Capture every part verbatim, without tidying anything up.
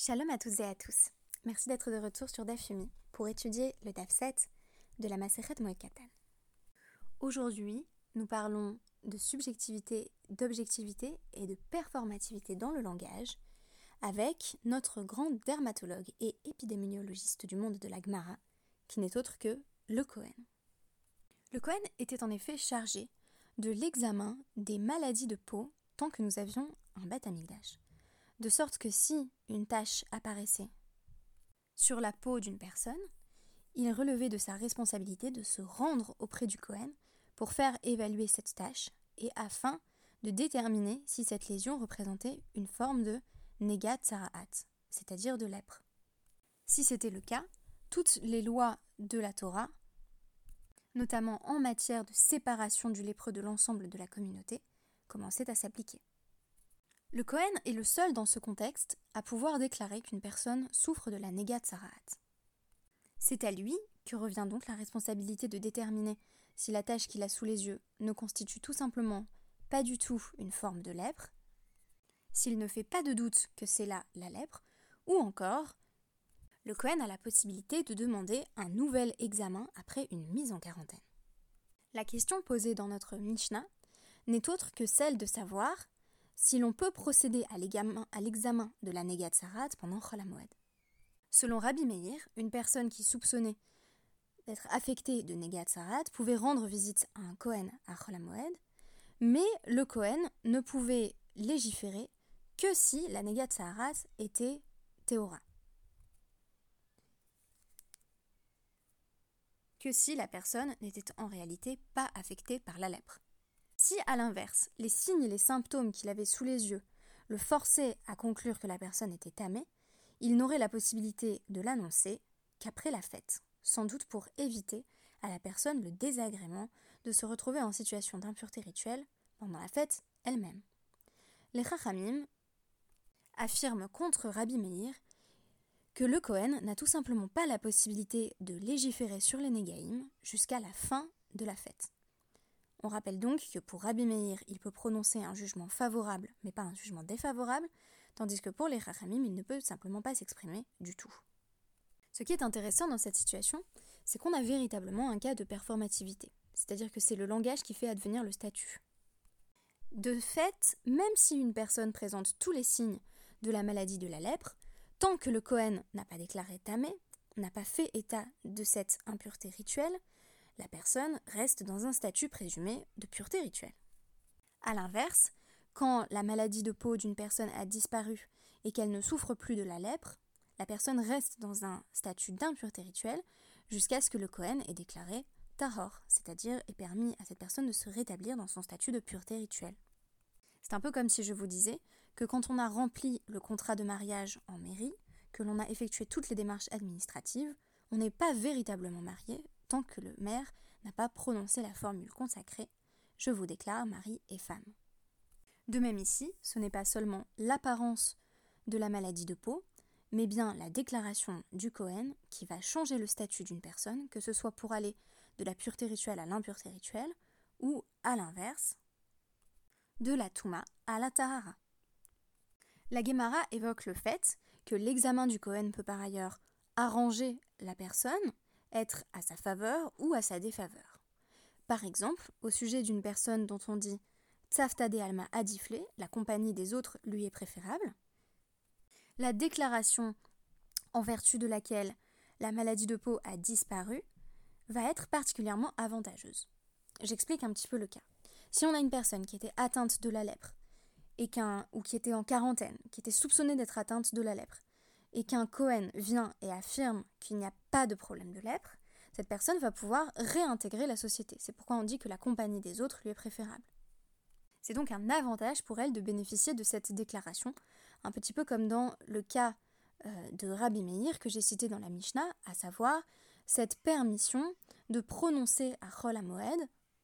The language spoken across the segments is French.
Shalom à toutes et à tous. Merci d'être de retour sur Daf Yomi pour étudier le Daf sept de la Masechet Moed Katan. Aujourd'hui, nous parlons de subjectivité, d'objectivité et de performativité dans le langage avec notre grand dermatologue et épidémiologiste du monde de la Gemara, qui n'est autre que le Kohen. Le Kohen était en effet chargé de l'examen des maladies de peau tant que nous avions un Beth Amikdash. De sorte que si une tache apparaissait sur la peau d'une personne, il relevait de sa responsabilité de se rendre auprès du Kohen pour faire évaluer cette tache et afin de déterminer si cette lésion représentait une forme de Negat Tzara'at, c'est-à-dire de lèpre. Si c'était le cas, toutes les lois de la Torah, notamment en matière de séparation du lépreux de l'ensemble de la communauté, commençaient à s'appliquer. Le Kohen est le seul dans ce contexte à pouvoir déclarer qu'une personne souffre de la Negat Tzara'at. C'est à lui que revient donc la responsabilité de déterminer si la tache qu'il a sous les yeux ne constitue tout simplement pas du tout une forme de lèpre, s'il ne fait pas de doute que c'est là la lèpre, ou encore, le Kohen a la possibilité de demander un nouvel examen après une mise en quarantaine. La question posée dans notre Mishnah n'est autre que celle de savoir si l'on peut procéder à l'examen, à l'examen de la Negat Tzara'at pendant Chol HaMoed. Selon Rabbi Meir, une personne qui soupçonnait d'être affectée de Negat Tzara'at pouvait rendre visite à un Kohen à Chol HaMoed, mais le Kohen ne pouvait légiférer que si la Negat Tzara'at était Tehora. Que si la personne n'était en réalité pas affectée par la lèpre. Si, à l'inverse, les signes et les symptômes qu'il avait sous les yeux le forçaient à conclure que la personne était tamée, il n'aurait la possibilité de l'annoncer qu'après la fête, sans doute pour éviter à la personne le désagrément de se retrouver en situation d'impureté rituelle pendant la fête elle-même. Les Chachamim affirment contre Rabbi Meir que le Kohen n'a tout simplement pas la possibilité de légiférer sur les Négaïm jusqu'à la fin de la fête. On rappelle donc que pour Rabbi Meir, il peut prononcer un jugement favorable, mais pas un jugement défavorable, tandis que pour les Chachamim, il ne peut simplement pas s'exprimer du tout. Ce qui est intéressant dans cette situation, c'est qu'on a véritablement un cas de performativité, c'est-à-dire que c'est le langage qui fait advenir le statut. De fait, même si une personne présente tous les signes de la maladie de la lèpre, tant que le Kohen n'a pas déclaré tamé, n'a pas fait état de cette impureté rituelle, la personne reste dans un statut présumé de pureté rituelle. A l'inverse, quand la maladie de peau d'une personne a disparu et qu'elle ne souffre plus de la lèpre, la personne reste dans un statut d'impureté rituelle jusqu'à ce que le Kohen ait déclaré tahor, c'est-à-dire ait permis à cette personne de se rétablir dans son statut de pureté rituelle. C'est un peu comme si je vous disais que quand on a rempli le contrat de mariage en mairie, que l'on a effectué toutes les démarches administratives, on n'est pas véritablement marié tant que le maire n'a pas prononcé la formule consacrée « Je vous déclare mari et femme ». De même ici, ce n'est pas seulement l'apparence de la maladie de peau, mais bien la déclaration du Kohen qui va changer le statut d'une personne, que ce soit pour aller de la pureté rituelle à l'impureté rituelle, ou à l'inverse, de la Touma à la Tahara. La Gemara évoque le fait que l'examen du Kohen peut par ailleurs arranger la personne, être à sa faveur ou à sa défaveur. Par exemple, au sujet d'une personne dont on dit « Tzaftade alma adiflé », la compagnie des autres lui est préférable, la déclaration en vertu de laquelle la maladie de peau a disparu va être particulièrement avantageuse. J'explique un petit peu le cas. Si on a une personne qui était atteinte de la lèpre, et qu'un, ou qui était en quarantaine, qui était soupçonnée d'être atteinte de la lèpre, et qu'un Kohen vient et affirme qu'il n'y a pas de problème de lèpre, cette personne va pouvoir réintégrer la société. C'est pourquoi on dit que la compagnie des autres lui est préférable. C'est donc un avantage pour elle de bénéficier de cette déclaration, un petit peu comme dans le cas euh, de Rabbi Meir que j'ai cité dans la Mishnah, à savoir cette permission de prononcer à Chol HaMoed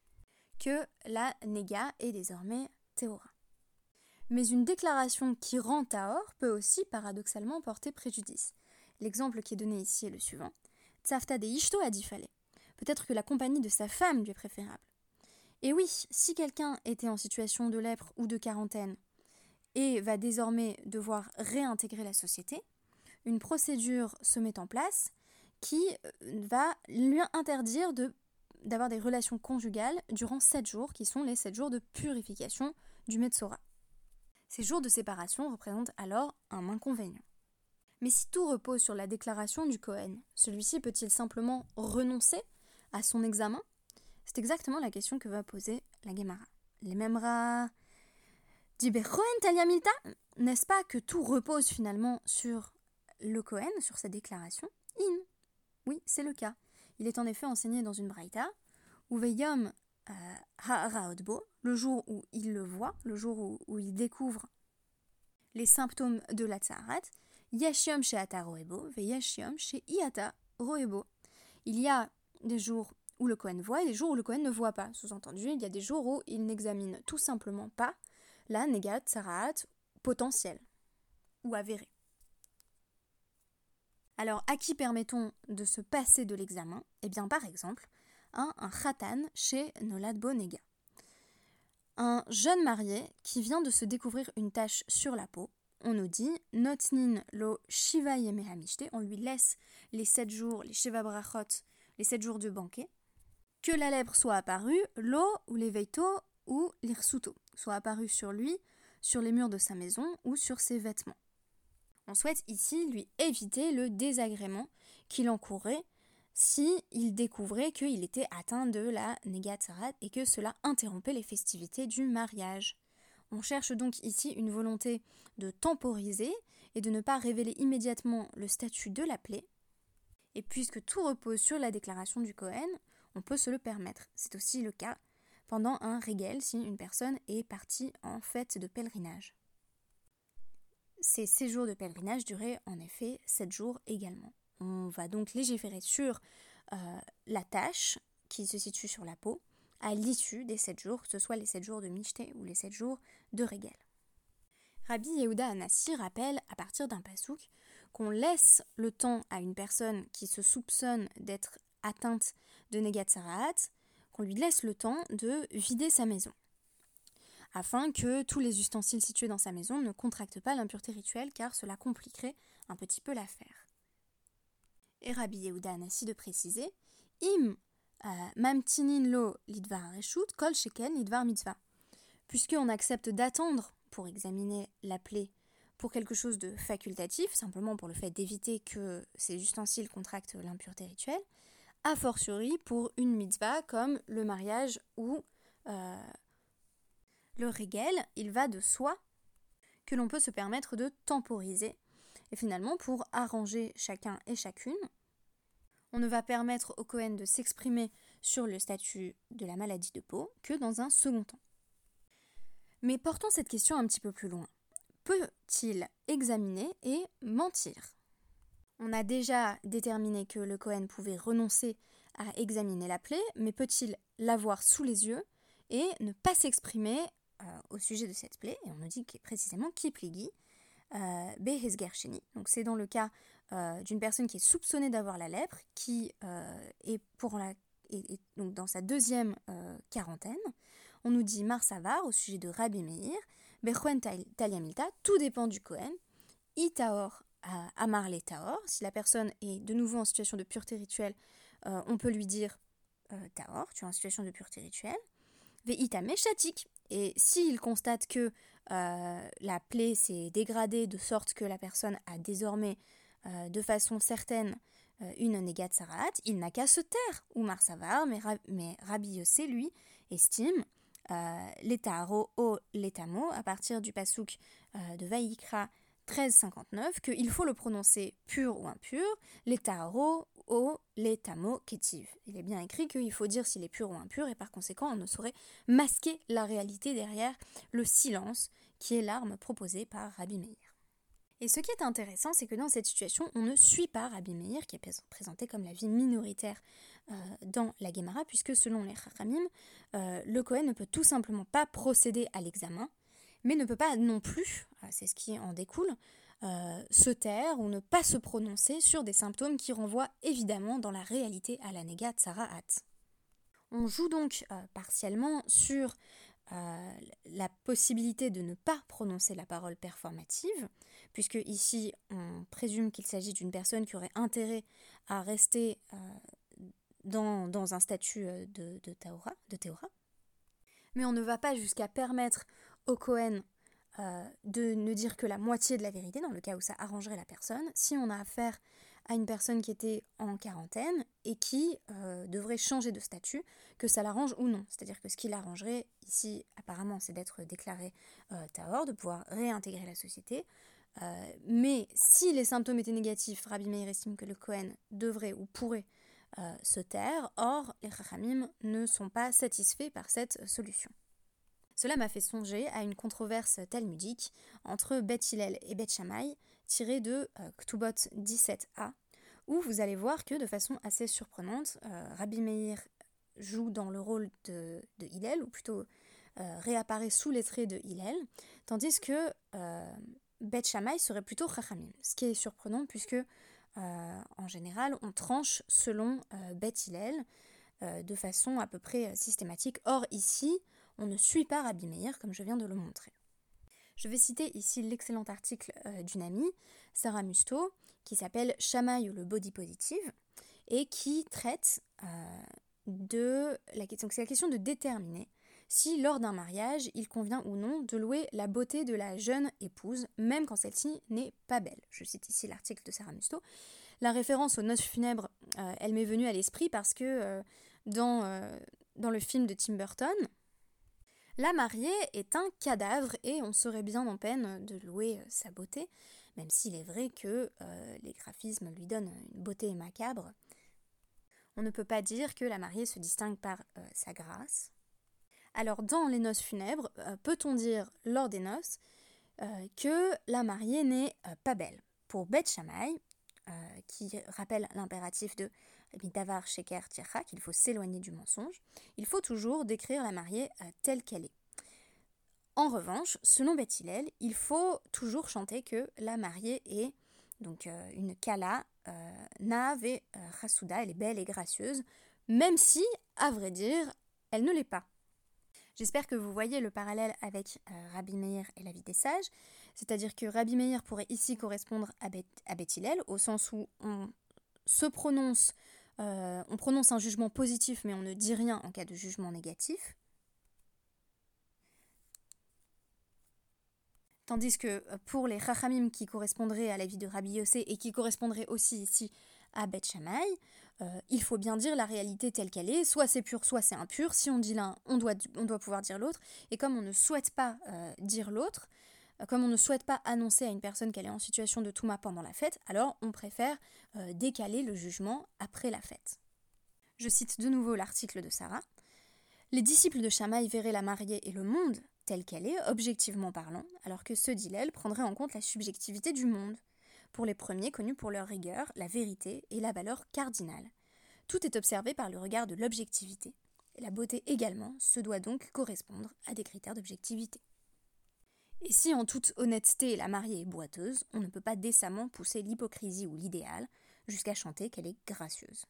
que la Nega est désormais Tehora. Mais une déclaration qui rend tahor peut aussi paradoxalement porter préjudice. L'exemple qui est donné ici est le suivant. Tzaftade ishto adifale. Peut-être que la compagnie de sa femme lui est préférable. Et oui, si quelqu'un était en situation de lèpre ou de quarantaine et va désormais devoir réintégrer la société, une procédure se met en place qui va lui interdire de, d'avoir des relations conjugales durant sept jours, qui sont les sept jours de purification du Metzora. Ces jours de séparation représentent alors un inconvénient. Mais si tout repose sur la déclaration du Kohen, celui-ci peut-il simplement renoncer à son examen ? C'est exactement la question que va poser la Gemara. Les Memra dit Bechoen Talia Milta, n'est-ce pas que tout repose finalement sur le Kohen, sur sa déclaration ? In. Oui, c'est le cas. Il est en effet enseigné dans une braïta, où Veyom ha'araotbo, le jour où il le voit, le jour où, où il découvre les symptômes de la tzaharat, Yashiom she'ata roebo, ve yashiom she'iata roebo. Il y a des jours où le Kohen voit et des jours où le Kohen ne voit pas. Sous-entendu, il y a des jours où il n'examine tout simplement pas la négat tzaharat potentielle ou avérée. Alors, à qui permettons de se passer de l'examen ? Eh bien, par exemple, hein, un khatan chez Nolad Bonega. Un jeune marié qui vient de se découvrir une tache sur la peau, on nous dit « Notnin lo shiva yeme hamishte », on lui laisse les sept jours, les shiva brachot, les sept jours de banquet, que la lèpre soit apparue, lo ou les veito ou l'irsuto, soit apparue sur lui, sur les murs de sa maison ou sur ses vêtements. On souhaite ici lui éviter le désagrément qu'il encourrait si il découvrait qu'il était atteint de la négat tzaharat et que cela interrompait les festivités du mariage. On cherche donc ici une volonté de temporiser et de ne pas révéler immédiatement le statut de la plaie. Et puisque tout repose sur la déclaration du Kohen, on peut se le permettre. C'est aussi le cas pendant un régel si une personne est partie en fête de pèlerinage. Ces séjours de pèlerinage duraient en effet sept jours également. On va donc légiférer sur euh, la tache qui se situe sur la peau à l'issue des sept jours, que ce soit les sept jours de Mishté ou les sept jours de Régel. Rabbi Yehuda Hanassi rappelle à partir d'un pasouk qu'on laisse le temps à une personne qui se soupçonne d'être atteinte de négat tzaharat, qu'on lui laisse le temps de vider sa maison, afin que tous les ustensiles situés dans sa maison ne contractent pas l'impureté rituelle, car cela compliquerait un petit peu l'affaire. Et Rabbi Yehuda Hanassi de préciser « Im mamtinin lo lidvar reshut kol sheken lidvar mitzvah » puisqu'on accepte d'attendre pour examiner la plaie pour quelque chose de facultatif, simplement pour le fait d'éviter que ces ustensiles contractent l'impureté rituelle, a fortiori pour une mitzvah comme le mariage ou euh, le régel, il va de soi que l'on peut se permettre de temporiser. Et finalement, pour arranger chacun et chacune, on ne va permettre au Kohen de s'exprimer sur le statut de la maladie de peau que dans un second temps. Mais portons cette question un petit peu plus loin. Peut-il examiner et mentir ? On a déjà déterminé que le Kohen pouvait renoncer à examiner la plaie, mais peut-il l'avoir sous les yeux et ne pas s'exprimer euh, au sujet de cette plaie ? Et on nous dit précisément Kipligi, euh, Behesger Sheni. Donc c'est dans le cas euh, d'une personne qui est soupçonnée d'avoir la lèpre, qui euh, est, pour la, est, est donc dans sa deuxième euh, quarantaine. On nous dit Marsavar au sujet de Rabbi Meir, Bechoen Taliamilta, tout dépend du Kohen, Itaor Amar le Taor, si la personne est de nouveau en situation de pureté rituelle, euh, on peut lui dire euh, Taor, tu es en situation de pureté rituelle, Veitame Shatik, et s'il constate que euh, la plaie s'est dégradée de sorte que la personne a désormais euh, de façon certaine euh, une négat tzaharat, il n'a qu'à se taire, ou Marsavar, mais, mais Rabbi Yossé, lui, estime Euh, l'étaro o l'étamo, à partir du pasouk euh, de Vaïkra treize cinquante-neuf, qu'il faut le prononcer pur ou impur, l'étaro o l'étamo kétiv. Il est bien écrit qu'il faut dire s'il est pur ou impur, et par conséquent, on ne saurait masquer la réalité derrière le silence, qui est l'arme proposée par Rabbi Meir. Et ce qui est intéressant, c'est que dans cette situation, on ne suit pas Rabbi Meir, qui est présenté comme la vie minoritaire euh, dans la Gemara, puisque selon les Chachamim, euh, le Kohen ne peut tout simplement pas procéder à l'examen, mais ne peut pas non plus, c'est ce qui en découle, euh, se taire ou ne pas se prononcer sur des symptômes qui renvoient évidemment dans la réalité à la négat tzaharat. On joue donc euh, partiellement sur euh, la possibilité de ne pas prononcer la parole performative, puisque ici on présume qu'il s'agit d'une personne qui aurait intérêt à rester euh, dans, dans un statut de, de, taora, de théora. Mais on ne va pas jusqu'à permettre au Kohen euh, de ne dire que la moitié de la vérité, dans le cas où ça arrangerait la personne, si on a affaire à une personne qui était en quarantaine et qui euh, devrait changer de statut, que ça l'arrange ou non. C'est-à-dire que ce qui l'arrangerait ici, apparemment, c'est d'être déclaré euh, tahor, de pouvoir réintégrer la société. Euh, mais si les symptômes étaient négatifs, Rabbi Meir estime que le Kohen devrait ou pourrait euh, se taire. Or, les Chachamim ne sont pas satisfaits par cette solution. Cela m'a fait songer à une controverse talmudique entre Beth Hillel et Beth Shammai, tirée de euh, Ktubot dix-sept a, où vous allez voir que de façon assez surprenante, euh, Rabbi Meir joue dans le rôle de, de Hillel, ou plutôt euh, réapparaît sous les traits de Hillel, tandis que euh, Beth Shammai serait plutôt Chachamim, ce qui est surprenant puisque euh, en général on tranche selon euh, Beth Hillel euh, de façon à peu près systématique. Or ici, on ne suit pas Rabbi Meir comme je viens de le montrer. Je vais citer ici l'excellent article euh, d'une amie, Sarah Musto, qui s'appelle Shammai ou le body positive, et qui traite euh, de la question, c'est la question de déterminer si lors d'un mariage, il convient ou non de louer la beauté de la jeune épouse, même quand celle-ci n'est pas belle. Je cite ici l'article de Sarah Musto. La référence aux noces funèbres, euh, elle m'est venue à l'esprit parce que euh, dans, euh, dans le film de Tim Burton, la mariée est un cadavre et on serait bien en peine de louer sa beauté, même s'il est vrai que euh, les graphismes lui donnent une beauté macabre. On ne peut pas dire que la mariée se distingue par euh, sa grâce. Alors dans les noces funèbres, euh, peut-on dire lors des noces euh, que la mariée n'est euh, pas belle? Pour Beth Shammai, euh, qui rappelle l'impératif de Midavar Sheker Tircha, qu'il faut s'éloigner du mensonge, il faut toujours décrire la mariée euh, telle qu'elle est. En revanche, selon Beth Hillel, il faut toujours chanter que la mariée est donc euh, une kala, euh, naav et euh, chasouda, elle est belle et gracieuse, même si, à vrai dire, elle ne l'est pas. J'espère que vous voyez le parallèle avec euh, Rabbi Meir et la vie des sages, c'est-à-dire que Rabbi Meir pourrait ici correspondre à Beth, à Beth Hillel, au sens où on se prononce, euh, on prononce un jugement positif, mais on ne dit rien en cas de jugement négatif. Tandis que pour les Chachamim qui correspondraient à la vie de Rabbi Yossé et qui correspondraient aussi ici à Beth Shammai, euh, il faut bien dire la réalité telle qu'elle est, soit c'est pur, soit c'est impur. Si on dit l'un, on doit, on doit pouvoir dire l'autre. Et comme on ne souhaite pas euh, dire l'autre, euh, comme on ne souhaite pas annoncer à une personne qu'elle est en situation de Touma pendant la fête, alors on préfère euh, décaler le jugement après la fête. Je cite de nouveau l'article de Sarah. Les disciples de Shammai verraient la mariée et le monde telle qu'elle est, objectivement parlant, alors que ceux d'Hillel prendraient en compte la subjectivité du monde. Pour les premiers, connus pour leur rigueur, la vérité et la valeur cardinale. Tout est observé par le regard de l'objectivité. Et la beauté également se doit donc correspondre à des critères d'objectivité. Et si en toute honnêteté la mariée est boiteuse, on ne peut pas décemment pousser l'hypocrisie ou l'idéal jusqu'à chanter qu'elle est gracieuse.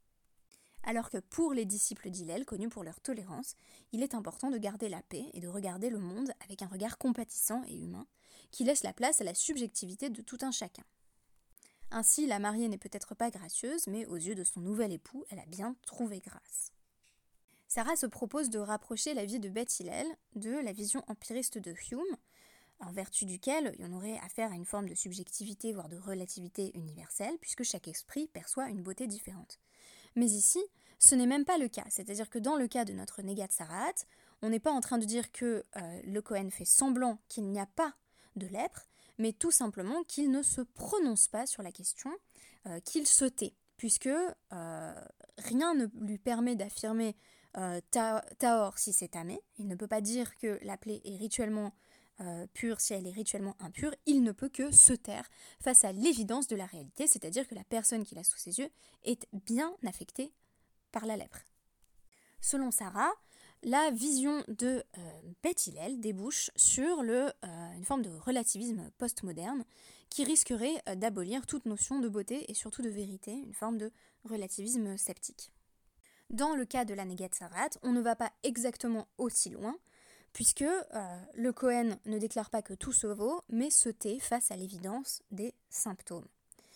Alors que pour les disciples d'Hillel, connus pour leur tolérance, il est important de garder la paix et de regarder le monde avec un regard compatissant et humain, qui laisse la place à la subjectivité de tout un chacun. Ainsi, la mariée n'est peut-être pas gracieuse, mais aux yeux de son nouvel époux, elle a bien trouvé grâce. Sarah se propose de rapprocher la vie de Beth Hillel de la vision empiriste de Hume, en vertu duquel on aurait affaire à une forme de subjectivité, voire de relativité universelle, puisque chaque esprit perçoit une beauté différente. Mais ici, ce n'est même pas le cas, c'est-à-dire que dans le cas de notre Négat Sarahat, on n'est pas en train de dire que euh, le Kohen fait semblant qu'il n'y a pas de lèpre, mais tout simplement qu'il ne se prononce pas sur la question, euh, qu'il se tait, puisque euh, rien ne lui permet d'affirmer euh, ta, Tahor si c'est tamé. Il ne peut pas dire que la plaie est rituellement euh, pure si elle est rituellement impure. Il ne peut que se taire face à l'évidence de la réalité, c'est-à-dire que la personne qu'il a sous ses yeux est bien affectée par la lèpre. Selon Sarah, la vision de euh, Beth Hillel débouche sur le, euh, une forme de relativisme postmoderne qui risquerait euh, d'abolir toute notion de beauté et surtout de vérité, une forme de relativisme sceptique. Dans le cas de la Négat Sarahat, on ne va pas exactement aussi loin, puisque euh, le Kohen ne déclare pas que tout se vaut, mais se tait face à l'évidence des symptômes.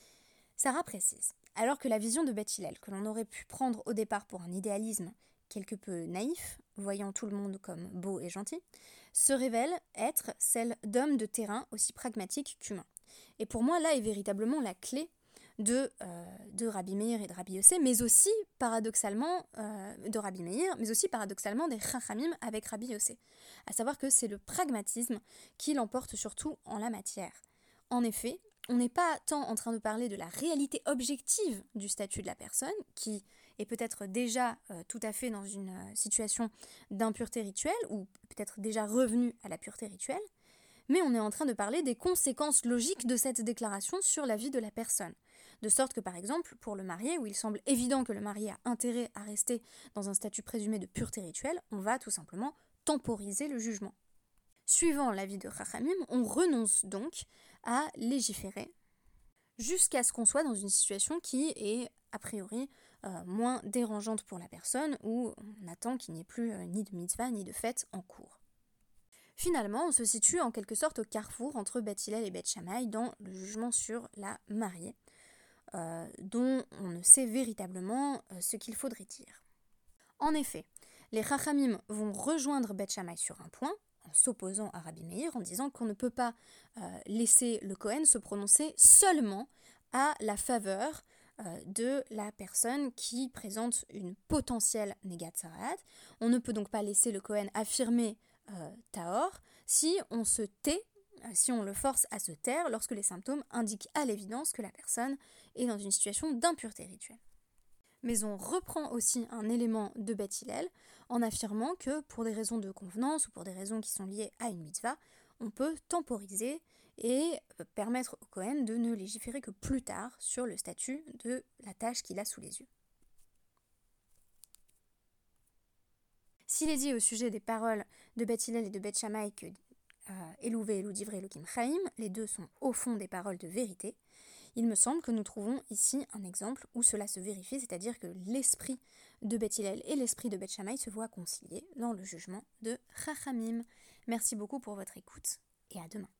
Sarah précise, alors que la vision de Beth Hillel, que l'on aurait pu prendre au départ pour un idéalisme quelque peu naïf, voyant tout le monde comme beau et gentil, se révèle être celle d'hommes de terrain aussi pragmatiques qu'humains. Et pour moi, là est véritablement la clé de, euh, de Rabbi Meir et de Rabbi Yossé, mais aussi paradoxalement euh, de Rabbi Meir, mais aussi paradoxalement des Chachamim avec Rabbi Yossé. À savoir que c'est le pragmatisme qui l'emporte surtout en la matière. En effet, on n'est pas tant en train de parler de la réalité objective du statut de la personne, qui est peut-être déjà euh, tout à fait dans une euh, situation d'impureté rituelle, ou peut-être déjà revenu à la pureté rituelle, mais on est en train de parler des conséquences logiques de cette déclaration sur la vie de la personne. De sorte que, par exemple, pour le marié, où il semble évident que le marié a intérêt à rester dans un statut présumé de pureté rituelle, on va tout simplement temporiser le jugement. Suivant l'avis de Chachamim, on renonce donc à légiférer jusqu'à ce qu'on soit dans une situation qui est, a priori, euh, moins dérangeante pour la personne, où on attend qu'il n'y ait plus euh, ni de mitzvah ni de fête en cours. Finalement, on se situe en quelque sorte au carrefour entre Beth Hillel et Beth Shammai dans le jugement sur la mariée, euh, dont on ne sait véritablement euh, ce qu'il faudrait dire. En effet, les Chachamim vont rejoindre Beth Shammai sur un point, en s'opposant à Rabbi Meir, en disant qu'on ne peut pas euh, laisser le Kohen se prononcer seulement à la faveur euh, de la personne qui présente une potentielle négat tzaraat. On ne peut donc pas laisser le Kohen affirmer euh, Tahor si on se tait, euh, si on le force à se taire lorsque les symptômes indiquent à l'évidence que la personne est dans une situation d'impureté rituelle. Mais on reprend aussi un élément de Beth Hillel en affirmant que pour des raisons de convenance ou pour des raisons qui sont liées à une mitzvah, on peut temporiser et permettre au Kohen de ne légiférer que plus tard sur le statut de la tâche qu'il a sous les yeux. S'il est dit au sujet des paroles de Beth Hillel et de Beth Shammai que euh, Elouvé, Elou Divré, Elokim Chaim, les deux sont au fond des paroles de vérité, il me semble que nous trouvons ici un exemple où cela se vérifie, c'est-à-dire que l'esprit de Beth Hillel et l'esprit de Beth Shammai se voient conciliés dans le jugement de Chachamim. Merci beaucoup pour votre écoute et à demain.